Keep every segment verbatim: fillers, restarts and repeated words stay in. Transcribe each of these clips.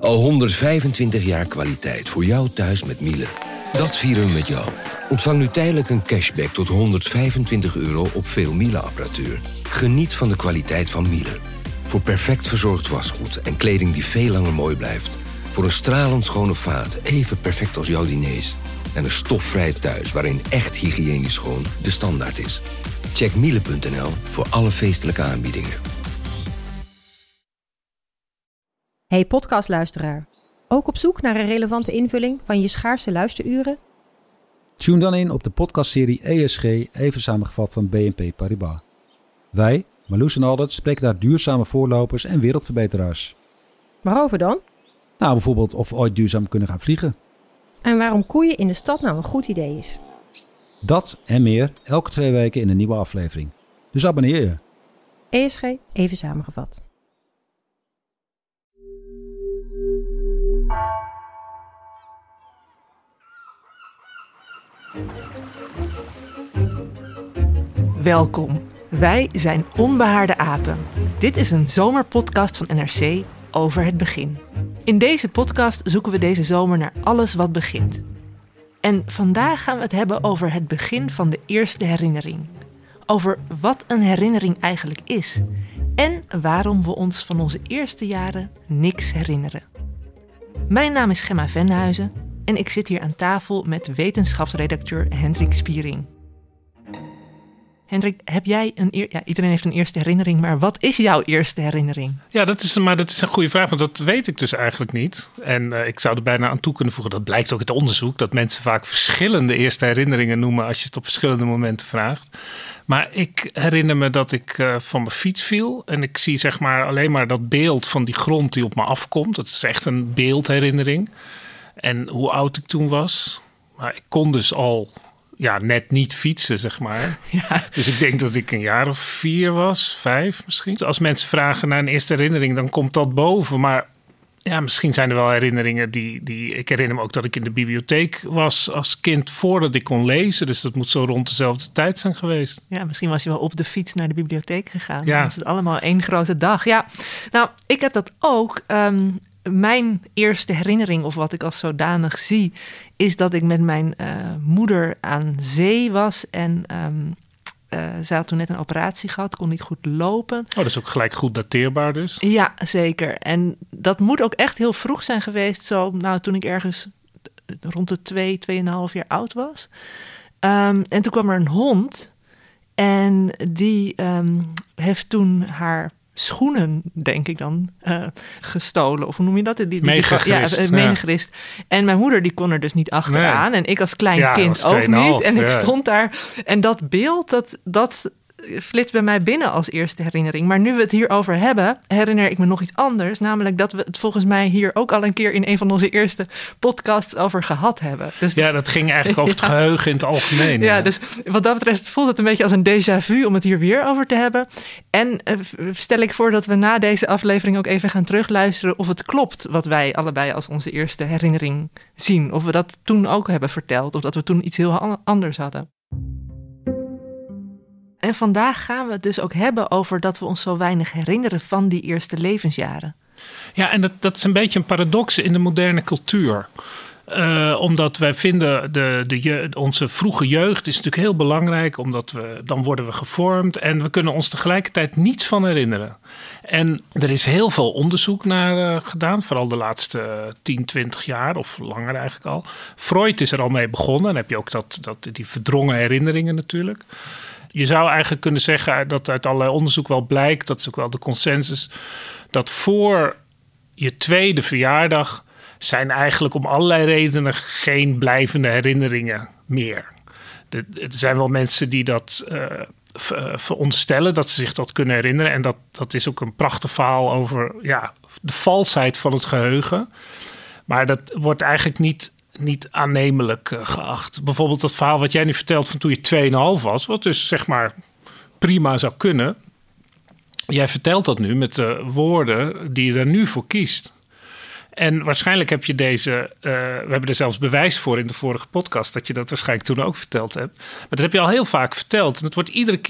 Al honderdvijfentwintig jaar kwaliteit voor jou thuis met Miele. Dat vieren we met jou. Ontvang nu tijdelijk een cashback tot honderdvijfentwintig euro op veel Miele-apparatuur. Geniet van de kwaliteit van Miele. Voor perfect verzorgd wasgoed en kleding die veel langer mooi blijft. Voor een stralend schone vaat, even perfect als jouw diners. En een stofvrij thuis waarin echt hygiënisch schoon de standaard is. Check miele punt n l voor alle feestelijke aanbiedingen. Hey podcastluisteraar. Ook op zoek naar een relevante invulling van je schaarse luisteruren? Tune dan in op de podcastserie E S G, even samengevat van B N P Paribas. Wij, Marloes en Aldert, spreken daar duurzame voorlopers en wereldverbeteraars. Waarover dan? Nou, bijvoorbeeld of we ooit duurzaam kunnen gaan vliegen. En waarom koeien in de stad nou een goed idee is. Dat en meer elke twee weken in een nieuwe aflevering. Dus abonneer je. E S G, even samengevat. Welkom. Wij zijn Onbehaarde Apen. Dit is een zomerpodcast van N R C over het begin. In deze podcast zoeken we deze zomer naar alles wat begint. En vandaag gaan we het hebben over het begin van de eerste herinnering. Over wat een herinnering eigenlijk is. En waarom we ons van onze eerste jaren niks herinneren. Mijn naam is Gemma Venhuizen en ik zit hier aan tafel met wetenschapsredacteur Hendrik Spiering. Hendrik, heb jij een eer... ja, iedereen heeft een eerste herinnering, maar wat is jouw eerste herinnering? Ja, dat is, maar dat is een goede vraag, want dat weet ik dus eigenlijk niet. En uh, ik zou er bijna aan toe kunnen voegen, dat blijkt ook uit onderzoek, dat mensen vaak verschillende eerste herinneringen noemen als je het op verschillende momenten vraagt. Maar ik herinner me dat ik uh, van mijn fiets viel en ik zie zeg maar alleen maar dat beeld van die grond die op me afkomt. Dat is echt een beeldherinnering. En hoe oud ik toen was. Maar ik kon dus al... ja, net niet fietsen, zeg maar. Ja. Dus ik denk dat ik een jaar of vier was, vijf misschien. Als mensen vragen naar een eerste herinnering, dan komt dat boven. Maar ja, misschien zijn er wel herinneringen die, die... Ik herinner me ook dat ik in de bibliotheek was als kind voordat ik kon lezen. Dus dat moet zo rond dezelfde tijd zijn geweest. Ja, misschien was je wel op de fiets naar de bibliotheek gegaan. Ja. Dan was het allemaal één grote dag. Ja, nou, ik heb dat ook... Um, Mijn eerste herinnering, of wat ik als zodanig zie, is dat ik met mijn uh, moeder aan zee was. En um, uh, zij had toen net een operatie gehad, kon niet goed lopen. Oh, dat is ook gelijk goed dateerbaar dus. Ja, zeker. En dat moet ook echt heel vroeg zijn geweest. Zo, nou, toen ik ergens rond de twee, tweeënhalf jaar oud was. Um, en toen kwam er een hond. En die um, heeft toen haar... schoenen, denk ik dan, uh, gestolen. Of hoe noem je dat? Die, die, meegegrist. Ja, meegegrist. Ja. En mijn moeder, die kon er dus niet achteraan. Nee. En ik als klein ja, kind ook niet. En ik ja. stond daar. En dat beeld, dat... dat flitst bij mij binnen als eerste herinnering. Maar nu we het hierover hebben, herinner ik me nog iets anders. Namelijk dat we het volgens mij hier ook al een keer in een van onze eerste podcasts over gehad hebben. Dus ja, dat, dat ging eigenlijk over het ja. geheugen in het algemeen. Ja, ja, dus wat dat betreft voelt het een beetje als een déjà vu om het hier weer over te hebben. En uh, stel ik voor dat we na deze aflevering ook even gaan terugluisteren of het klopt wat wij allebei als onze eerste herinnering zien. Of we dat toen ook hebben verteld. Of dat we toen iets heel anders hadden. En vandaag gaan we het dus ook hebben over dat we ons zo weinig herinneren van die eerste levensjaren. Ja, en dat, dat is een beetje een paradox in de moderne cultuur. Uh, omdat wij vinden, de, de je, onze vroege jeugd is natuurlijk heel belangrijk. Omdat we, dan worden we gevormd en we kunnen ons tegelijkertijd niets van herinneren. En er is heel veel onderzoek naar uh, gedaan. Vooral de laatste tien, twintig jaar of langer eigenlijk al. Freud is er al mee begonnen. Dan heb je ook dat, dat, die verdrongen herinneringen natuurlijk. Je zou eigenlijk kunnen zeggen dat uit allerlei onderzoek wel blijkt, dat is ook wel de consensus, dat voor je tweede verjaardag zijn eigenlijk om allerlei redenen geen blijvende herinneringen meer. Er zijn wel mensen die dat uh, veronderstellen, dat ze zich dat kunnen herinneren. En dat, dat is ook een prachtig verhaal over ja, de valsheid van het geheugen. Maar dat wordt eigenlijk niet... niet aannemelijk uh, geacht. Bijvoorbeeld dat verhaal wat jij nu vertelt van toen je twee komma vijf was, wat dus zeg maar prima zou kunnen. Jij vertelt dat nu met de woorden die je er nu voor kiest. En waarschijnlijk heb je deze... Uh, we hebben er zelfs bewijs voor in de vorige podcast, dat je dat waarschijnlijk toen ook verteld hebt. Maar dat heb je al heel vaak verteld. En het wordt iedere keer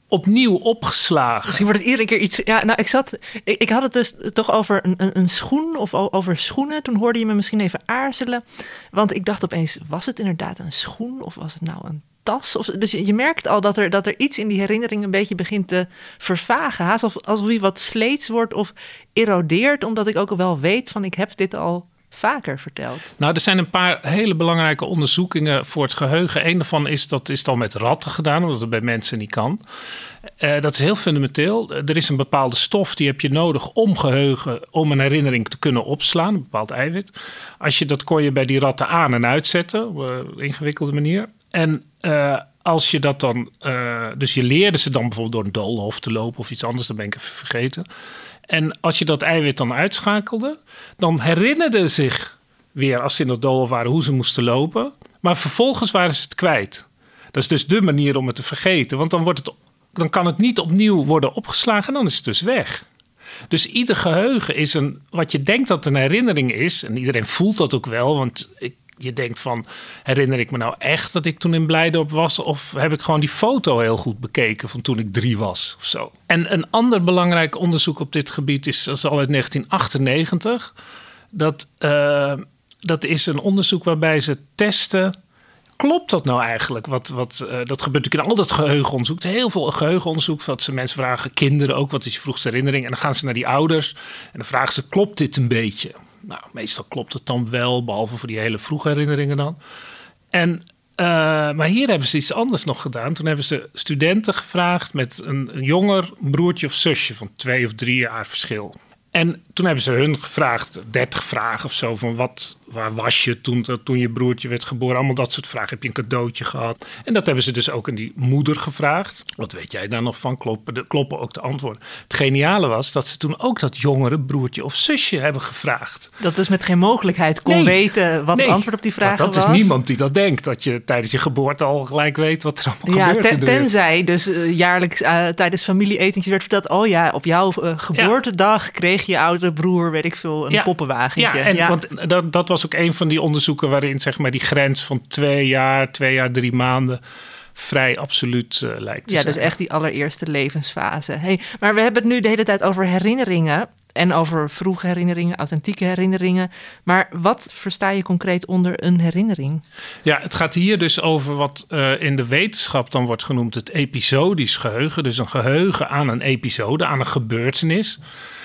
opnieuw opgeslagen. Misschien wordt het iedere keer iets... Ja, nou, ik zat... Ik, ik had het dus toch over een, een, een schoen of over schoenen. Toen hoorde je me misschien even aarzelen. Want ik dacht opeens, was het inderdaad een schoen of was het nou een tas? Of, dus je, je merkt al dat er, dat er iets in die herinnering een beetje begint te vervagen. Haast alsof, alsof hij wat sleets wordt of erodeert. Omdat ik ook al wel weet van ik heb dit al vaker verteld. Nou, er zijn een paar hele belangrijke onderzoekingen voor het geheugen. Eén daarvan is, dat is al met ratten gedaan, omdat het bij mensen niet kan. Uh, dat is heel fundamenteel. Er is een bepaalde stof, die heb je nodig om geheugen, om een herinnering te kunnen opslaan, een bepaald eiwit. Als je, dat kon je bij die ratten aan- en uitzetten, op een ingewikkelde manier. En uh, als je dat dan, uh, dus je leerde ze dan bijvoorbeeld door een doolhof te lopen of iets anders, dat ben ik even vergeten. En als je dat eiwit dan uitschakelde, dan herinnerden ze zich weer, als ze in dat doolhof waren, hoe ze moesten lopen. Maar vervolgens waren ze het kwijt. Dat is dus de manier om het te vergeten. Want dan, wordt het, dan kan het niet opnieuw worden opgeslagen en dan is het dus weg. Dus ieder geheugen is een, wat je denkt dat een herinnering is. En iedereen voelt dat ook wel, want ik, je denkt van, herinner ik me nou echt dat ik toen in Blijdorp was? Of heb ik gewoon die foto heel goed bekeken van toen ik drie was of zo? En een ander belangrijk onderzoek op dit gebied is, dat is al uit negentien achtennegentig. Dat, uh, dat is een onderzoek waarbij ze testen, klopt dat nou eigenlijk? Wat, wat, uh, dat gebeurt natuurlijk in al dat geheugenonderzoek. Heel veel geheugenonderzoek, dat ze mensen vragen, kinderen ook, wat is je vroegste herinnering? En dan gaan ze naar die ouders en dan vragen ze, klopt dit een beetje? Nou, meestal klopt het dan wel, behalve voor die hele vroege herinneringen dan. En, uh, maar hier hebben ze iets anders nog gedaan. Toen hebben ze studenten gevraagd met een, een jonger broertje of zusje van twee of drie jaar verschil. En toen hebben ze hun gevraagd, dertig vragen of zo, van wat, waar was je toen, toen je broertje werd geboren? Allemaal dat soort vragen. Heb je een cadeautje gehad? En dat hebben ze dus ook aan die moeder gevraagd. Wat weet jij daar nog van? Kloppen, de, kloppen ook de antwoorden? Het geniale was dat ze toen ook dat jongere broertje of zusje hebben gevraagd. Dat dus met geen mogelijkheid kon nee, weten wat nee, het antwoord op die vragen dat was. Dat is niemand die dat denkt, dat je tijdens je geboorte al gelijk weet wat er allemaal ja, gebeurt. ten, in de wereld. Tenzij dus uh, jaarlijks uh, tijdens familieetentjes werd verteld, oh ja, op jouw uh, geboortedag ja. kreeg je oudere broer, weet ik veel, een ja. poppenwagentje. Ja, en ja. want dat, dat was ook een van die onderzoeken waarin zeg maar die grens van twee jaar, twee jaar, drie maanden vrij absoluut uh, lijkt te ja, zijn. Dus echt die allereerste levensfase. Hey, maar we hebben het nu de hele tijd over herinneringen en over vroege herinneringen, authentieke herinneringen. Maar wat versta je concreet onder een herinnering? Ja, het gaat hier dus over wat uh, in de wetenschap dan wordt genoemd het episodisch geheugen. Dus een geheugen aan een episode, aan een gebeurtenis.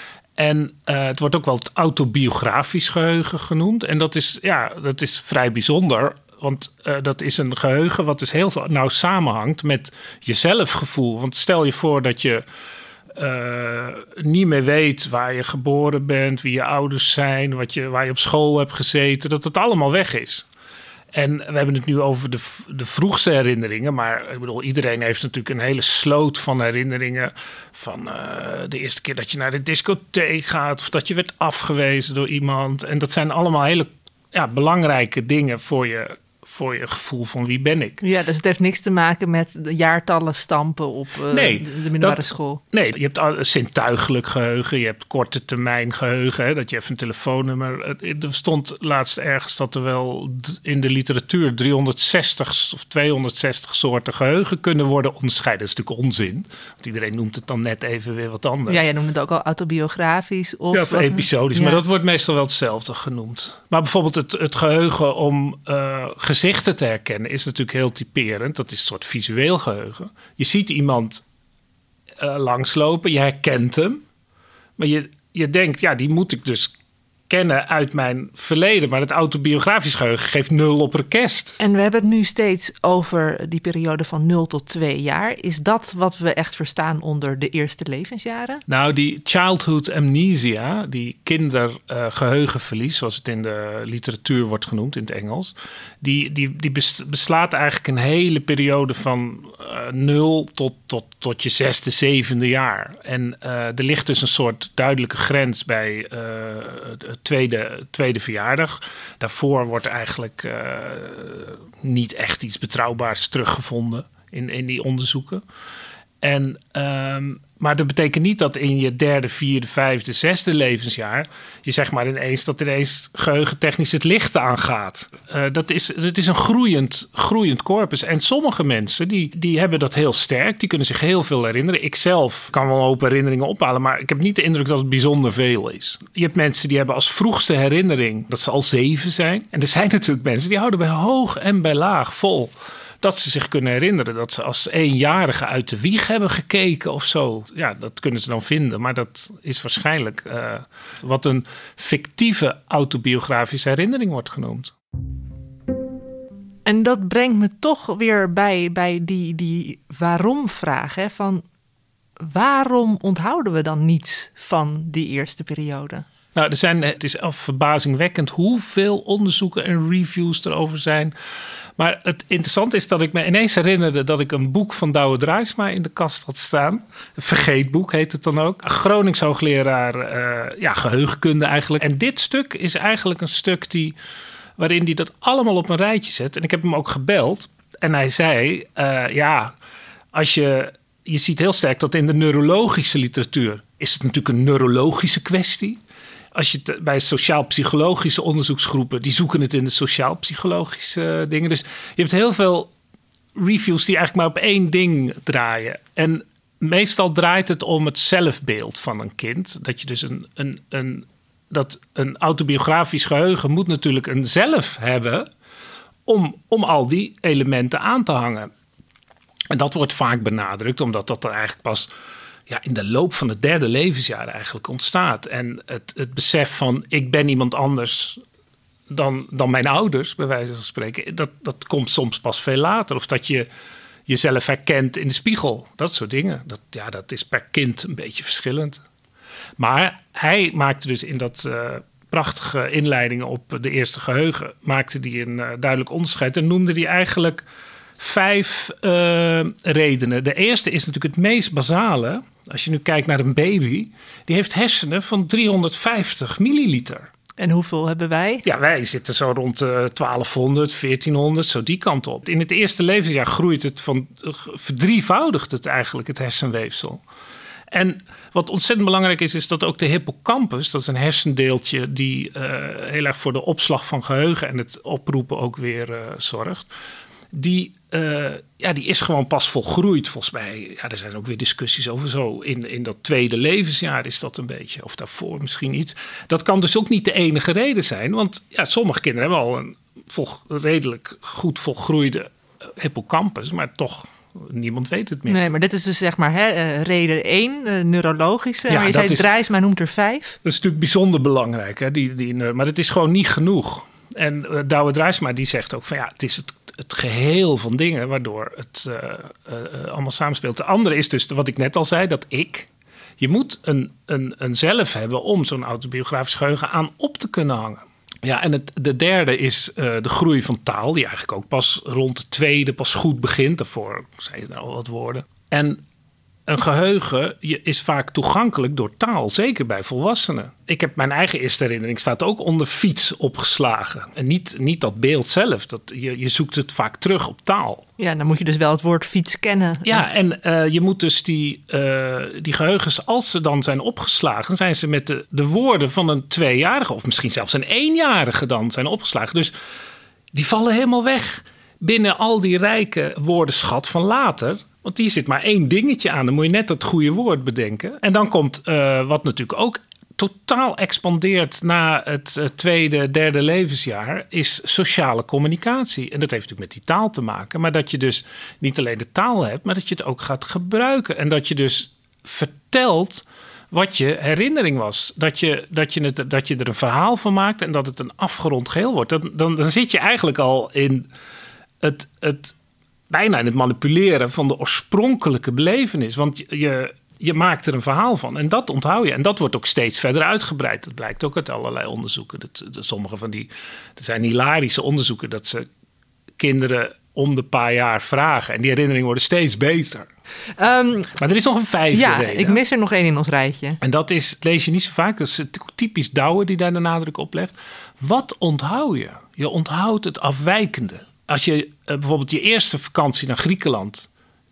En uh, het wordt ook wel het autobiografisch geheugen genoemd. En dat is, ja, dat is vrij bijzonder. Want uh, dat is een geheugen wat dus heel nauw samenhangt met je zelfgevoel. Want stel je voor dat je uh, niet meer weet waar je geboren bent, wie je ouders zijn, wat je, waar je op school hebt gezeten, dat het allemaal weg is. En we hebben het nu over de, de vroegste herinneringen. Maar ik bedoel, iedereen heeft natuurlijk een hele sloot van herinneringen. Van uh, de eerste keer dat je naar de discotheek gaat. Of dat je werd afgewezen door iemand. En dat zijn allemaal hele ja, belangrijke dingen voor je, voor je gevoel van wie ben ik. Ja, dus het heeft niks te maken met de jaartallen stampen op uh, nee, de middelbare dat, school. Nee, je hebt zintuigelijk geheugen. Je hebt korte termijn geheugen. Hè, dat je even een telefoonnummer... Er stond laatst ergens dat er wel in de literatuur driehonderdzestig of tweehonderdzestig soorten geheugen kunnen worden onderscheiden. Dat is natuurlijk onzin. Want iedereen noemt het dan net even weer wat anders. Ja, jij noemt het ook al autobiografisch. Of, ja, of episodisch. Ja. Maar dat wordt meestal wel hetzelfde genoemd. Maar bijvoorbeeld het, het geheugen om uh, gezichten te herkennen is natuurlijk heel typerend. Dat is een soort visueel geheugen. Je ziet iemand uh, langslopen, je herkent hem. Maar je, je denkt, ja, die moet ik dus kennen uit mijn verleden. Maar het autobiografisch geheugen geeft nul op orkest. En we hebben het nu steeds over die periode van nul tot twee jaar. Is dat wat we echt verstaan onder de eerste levensjaren? Nou, die childhood amnesia, die kindergeheugenverlies, zoals het in de literatuur wordt genoemd in het Engels, die, die, die beslaat eigenlijk een hele periode van uh, nul tot, tot, tot je zesde, zevende jaar. En uh, er ligt dus een soort duidelijke grens bij uh, het tweede, tweede verjaardag. Daarvoor wordt eigenlijk uh, niet echt iets betrouwbaars teruggevonden in, in die onderzoeken. En, um, maar dat betekent niet dat in je derde, vierde, vijfde, zesde levensjaar je zeg maar ineens dat ineens geheugentechnisch het licht aangaat. Uh, dat is, het is een groeiend, groeiend corpus. En sommige mensen die, die hebben dat heel sterk. Die kunnen zich heel veel herinneren. Ik zelf kan wel een hoop herinneringen ophalen, maar ik heb niet de indruk dat het bijzonder veel is. Je hebt mensen die hebben als vroegste herinnering dat ze al zeven zijn. En er zijn natuurlijk mensen die houden bij hoog en bij laag vol dat ze zich kunnen herinneren dat ze als eenjarige uit de wieg hebben gekeken of zo. Ja, dat kunnen ze dan vinden. Maar dat is waarschijnlijk uh, wat een fictieve autobiografische herinnering wordt genoemd. En dat brengt me toch weer bij, bij die, die waarom-vraag. Hè? Van waarom onthouden we dan niets van die eerste periode? Nou, er zijn, het is af verbazingwekkend hoeveel onderzoeken en reviews erover zijn. Maar het interessante is dat ik me ineens herinnerde dat ik een boek van Douwe Draaisma in de kast had staan. Een vergeetboek heet het dan ook. Een Gronings hoogleraar, uh, ja, geheugenkunde eigenlijk. En dit stuk is eigenlijk een stuk die, waarin hij dat allemaal op een rijtje zet. En ik heb hem ook gebeld. En hij zei, uh, ja, als je, je ziet heel sterk dat in de neurologische literatuur is het natuurlijk een neurologische kwestie. Als je het bij sociaal-psychologische onderzoeksgroepen, die zoeken het in de sociaal-psychologische dingen. Dus je hebt heel veel reviews die eigenlijk maar op één ding draaien. En meestal draait het om het zelfbeeld van een kind. Dat je dus een, een, een, dat een autobiografisch geheugen moet natuurlijk een zelf hebben om, om al die elementen aan te hangen. En dat wordt vaak benadrukt, omdat dat er eigenlijk pas ja, in de loop van het derde levensjaar eigenlijk ontstaat. En het, het besef van ik ben iemand anders dan, dan mijn ouders, bij wijze van spreken, dat, dat komt soms pas veel later. Of dat je jezelf herkent in de spiegel. Dat soort dingen. Dat, ja, dat is per kind een beetje verschillend. Maar hij maakte dus in dat uh, prachtige inleidingen op de eerste geheugen, maakte hij een uh, duidelijk onderscheid en noemde hij eigenlijk vijf uh, redenen. De eerste is natuurlijk het meest basale. Als je nu kijkt naar een baby, die heeft hersenen van driehonderdvijftig milliliter. En hoeveel hebben wij? Ja, wij zitten zo rond uh, twaalfhonderd, veertienhonderd, zo die kant op. In het eerste levensjaar groeit het van, uh, verdrievoudigt het eigenlijk, het hersenweefsel. En wat ontzettend belangrijk is, is dat ook de hippocampus, dat is een hersendeeltje die uh, heel erg voor de opslag van geheugen en het oproepen ook weer uh, zorgt. Die, uh, ja, die is gewoon pas volgroeid, volgens mij. Ja, er zijn ook weer discussies over zo. In, in dat tweede levensjaar is dat een beetje. Of daarvoor misschien iets. Dat kan dus ook niet de enige reden zijn. Want ja, sommige kinderen hebben al een vol, redelijk goed volgroeide hippocampus. Maar toch, niemand weet het meer. Nee, maar dit is dus zeg maar hè, uh, reden één, uh, neurologische. Ja, maar je zei Draaisma noemt er vijf. Dat is natuurlijk bijzonder belangrijk. Hè, die, die, maar het is gewoon niet genoeg. En uh, Douwe Draaisma die zegt ook van ja, het is het het geheel van dingen waardoor het uh, uh, allemaal samenspeelt. De andere is dus wat ik net al zei, dat ik. Je moet een, een, een zelf hebben om zo'n autobiografisch geheugen aan op te kunnen hangen. Ja, en het, de derde is uh, de groei van taal, die eigenlijk ook pas rond de tweede pas goed begint. Daarvoor zei je nou al wat woorden. En een geheugen is vaak toegankelijk door taal, zeker bij volwassenen. Ik heb mijn eigen eerste herinnering, staat ook onder fiets opgeslagen. En niet, niet dat beeld zelf, dat, je, je zoekt het vaak terug op taal. Ja, dan moet je dus wel het woord fiets kennen. Ja, en uh, je moet dus die, uh, die geheugens, als ze dan zijn opgeslagen, zijn ze met de, de woorden van een tweejarige of misschien zelfs een eenjarige dan zijn opgeslagen. Dus die vallen helemaal weg binnen al die rijke woordenschat van later. Want hier zit maar één dingetje aan. Dan moet je net dat goede woord bedenken. En dan komt uh, wat natuurlijk ook totaal expandeert na het uh, tweede, derde levensjaar, is sociale communicatie. En dat heeft natuurlijk met die taal te maken. Maar dat je dus niet alleen de taal hebt, maar dat je het ook gaat gebruiken. En dat je dus vertelt wat je herinnering was. Dat je, dat je, het, dat je er een verhaal van maakt en dat het een afgerond geheel wordt. Dan, dan, dan zit je eigenlijk al in het, het bijna in het manipuleren van de oorspronkelijke belevenis. Want je, je, je maakt er een verhaal van en dat onthoud je. En dat wordt ook steeds verder uitgebreid. Dat blijkt ook uit allerlei onderzoeken. Dat, dat sommige van die, er zijn hilarische onderzoeken dat ze kinderen om de paar jaar vragen. En die herinneringen worden steeds beter. Um, maar er is nog een vijfde ja, reden. Ik mis er nog één in ons rijtje. En dat is, dat lees je niet zo vaak, dat is typisch Douwe die daar de nadruk op legt. Wat onthoud je? Je onthoudt het afwijkende. Als je uh, bijvoorbeeld je eerste vakantie naar Griekenland,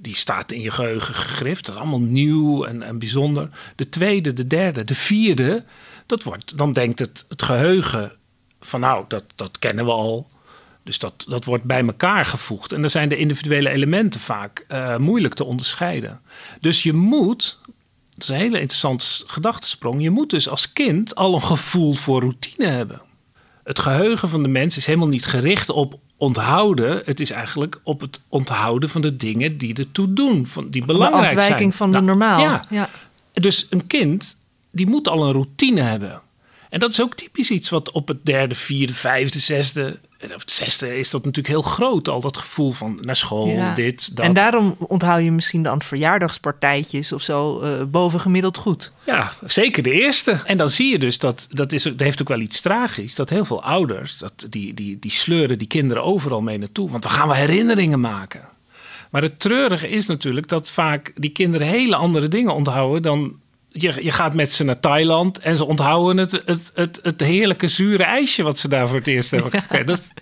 die staat in je geheugen gegrift. Dat is allemaal nieuw en, en bijzonder. De tweede, de derde, de vierde, dat wordt, dan denkt het, het geheugen van nou, dat, dat kennen we al. Dus dat, dat wordt bij elkaar gevoegd. En dan zijn de individuele elementen vaak uh, moeilijk te onderscheiden. Dus je moet, dat is een hele interessante gedachtesprong, je moet dus als kind al een gevoel voor routine hebben. Het geheugen van de mens is helemaal niet gericht op onthouden. Het is eigenlijk op het onthouden van de dingen die ertoe doen, van die belangrijk zijn. De afwijking zijn. van nou, de normaal. Ja. Ja. Dus een kind, die moet al een routine hebben. En dat is ook typisch iets wat op het derde, vierde, vijfde, zesde... Op het zesde is dat natuurlijk heel groot, al dat gevoel van naar school, Ja. dit, dat. En daarom onthoud je misschien dan verjaardagspartijtjes of zo uh, bovengemiddeld goed. Ja, zeker de eerste. En dan zie je dus dat, dat, is, dat heeft ook wel iets tragisch, dat heel veel ouders, dat, die, die, die sleuren die kinderen overal mee naartoe. Want dan gaan we herinneringen maken. Maar het treurige is natuurlijk dat vaak die kinderen hele andere dingen onthouden dan... Je, je gaat met ze naar Thailand en ze onthouden het, het, het, het heerlijke zure ijsje wat ze daar voor het eerst hebben gekregen. Ja. Dat...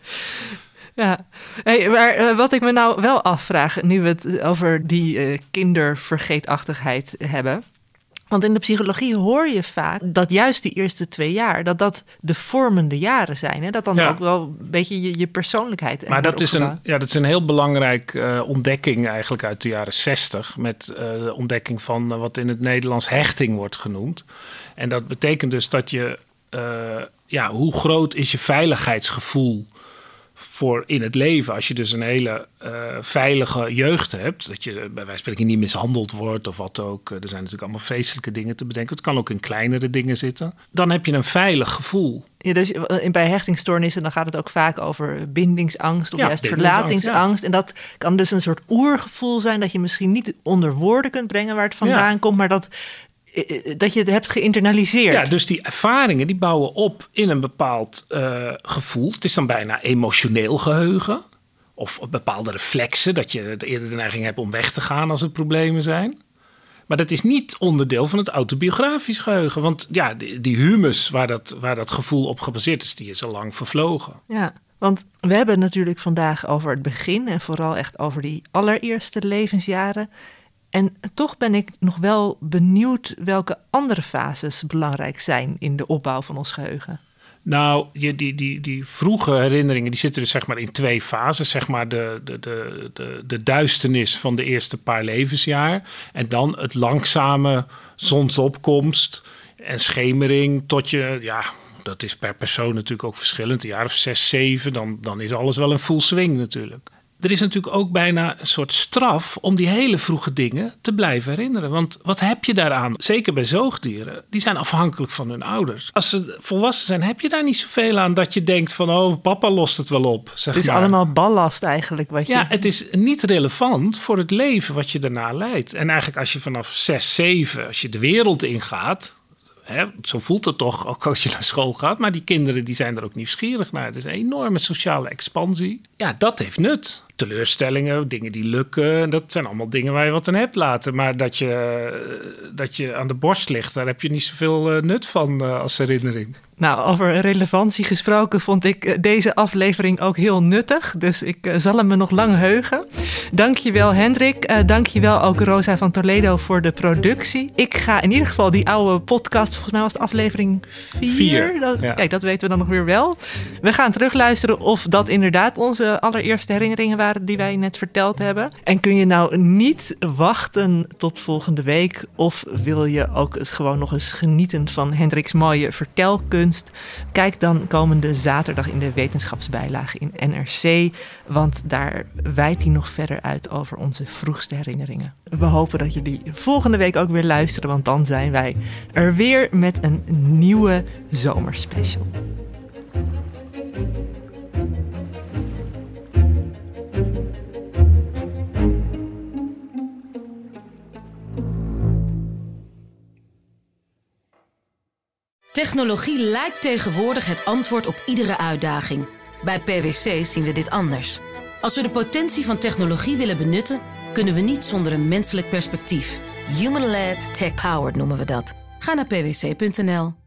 Ja, hey, maar uh, wat ik me nou wel afvraag, nu we het over die uh, kindervergeetachtigheid hebben. Want in de psychologie hoor je vaak dat juist die eerste twee jaar, dat dat de vormende jaren zijn. Hè? Dat dan ja. ook wel een beetje je, je persoonlijkheid. Maar dat is, een, ja, dat is een heel belangrijk uh, ontdekking eigenlijk uit de jaren zestig. Met uh, de ontdekking van uh, wat in het Nederlands hechting wordt genoemd. En dat betekent dus dat je, uh, ja, hoe groot is je veiligheidsgevoel voor in het leven? Als je dus een hele uh, veilige jeugd hebt, dat je bij wijze van spreken niet mishandeld wordt of wat ook. Er zijn natuurlijk allemaal vreselijke dingen te bedenken. Het kan ook in kleinere dingen zitten. Dan heb je een veilig gevoel. Ja, dus bij hechtingstoornissen dan gaat het ook vaak over bindingsangst of ja, juist verlatingsangst. Ja. En dat kan dus een soort oergevoel zijn dat je misschien niet onder woorden kunt brengen waar het vandaan ja. komt, maar dat... dat je het hebt geïnternaliseerd. Ja, dus die ervaringen die bouwen op in een bepaald uh, gevoel. Het is dan bijna emotioneel geheugen. Of bepaalde reflexen, dat je eerder de neiging hebt om weg te gaan als er problemen zijn. Maar dat is niet onderdeel van het autobiografisch geheugen. Want ja, die, die humus waar dat, waar dat gevoel op gebaseerd is, die is al lang vervlogen. Ja, want we hebben het natuurlijk vandaag over het begin en vooral echt over die allereerste levensjaren. En toch ben ik nog wel benieuwd welke andere fases belangrijk zijn in de opbouw van ons geheugen. Nou, die, die, die, die vroege herinneringen die zitten dus zeg maar in twee fases. Zeg maar de, de, de, de, de duisternis van de eerste paar levensjaar. En dan het langzame zonsopkomst en schemering tot je... ja. Dat is per persoon natuurlijk ook verschillend. Een jaar of zes, zeven, dan, dan is alles wel een full swing natuurlijk. Er is natuurlijk ook bijna een soort straf om die hele vroege dingen te blijven herinneren. Want wat heb je daaraan? Zeker bij zoogdieren, die zijn afhankelijk van hun ouders. Als ze volwassen zijn, heb je daar niet zoveel aan dat je denkt van... oh, papa lost het wel op, zeg Het is maar. allemaal ballast eigenlijk. Wat je... Ja, het is niet relevant voor het leven wat je daarna leidt. En eigenlijk als je vanaf zes, zeven, als je de wereld ingaat... Hè, zo voelt het toch, ook als je naar school gaat. Maar die kinderen die zijn er ook nieuwsgierig naar. Het is een enorme sociale expansie. Ja, dat heeft nut. Teleurstellingen, dingen die lukken. Dat zijn allemaal dingen waar je wat aan hebt laten. Maar dat je, dat je aan de borst ligt, daar heb je niet zoveel nut van uh, als herinnering. Nou, over relevantie gesproken vond ik deze aflevering ook heel nuttig. Dus ik uh, zal hem me nog lang heugen. Dankjewel Hendrik. Uh, dankjewel ook Rosa van Toledo voor de productie. Ik ga in ieder geval die oude podcast, volgens mij was het aflevering vier. vier dat, ja. Kijk, dat weten we dan nog weer wel. We gaan terugluisteren of dat inderdaad onze allereerste herinneringen waren die wij net verteld hebben. En kun je nou niet wachten tot volgende week? Of wil je ook gewoon nog eens genieten van Hendriks mooie vertelkunst? Kijk dan komende zaterdag in de wetenschapsbijlage in N R C, want daar wijdt hij nog verder uit over onze vroegste herinneringen. We hopen dat jullie volgende week ook weer luisteren, want dan zijn wij er weer met een nieuwe zomerspecial. Technologie lijkt tegenwoordig het antwoord op iedere uitdaging. Bij P W C zien we dit anders. Als we de potentie van technologie willen benutten, kunnen we niet zonder een menselijk perspectief. Human-led, tech-powered noemen we dat. Ga naar p w c punt n l.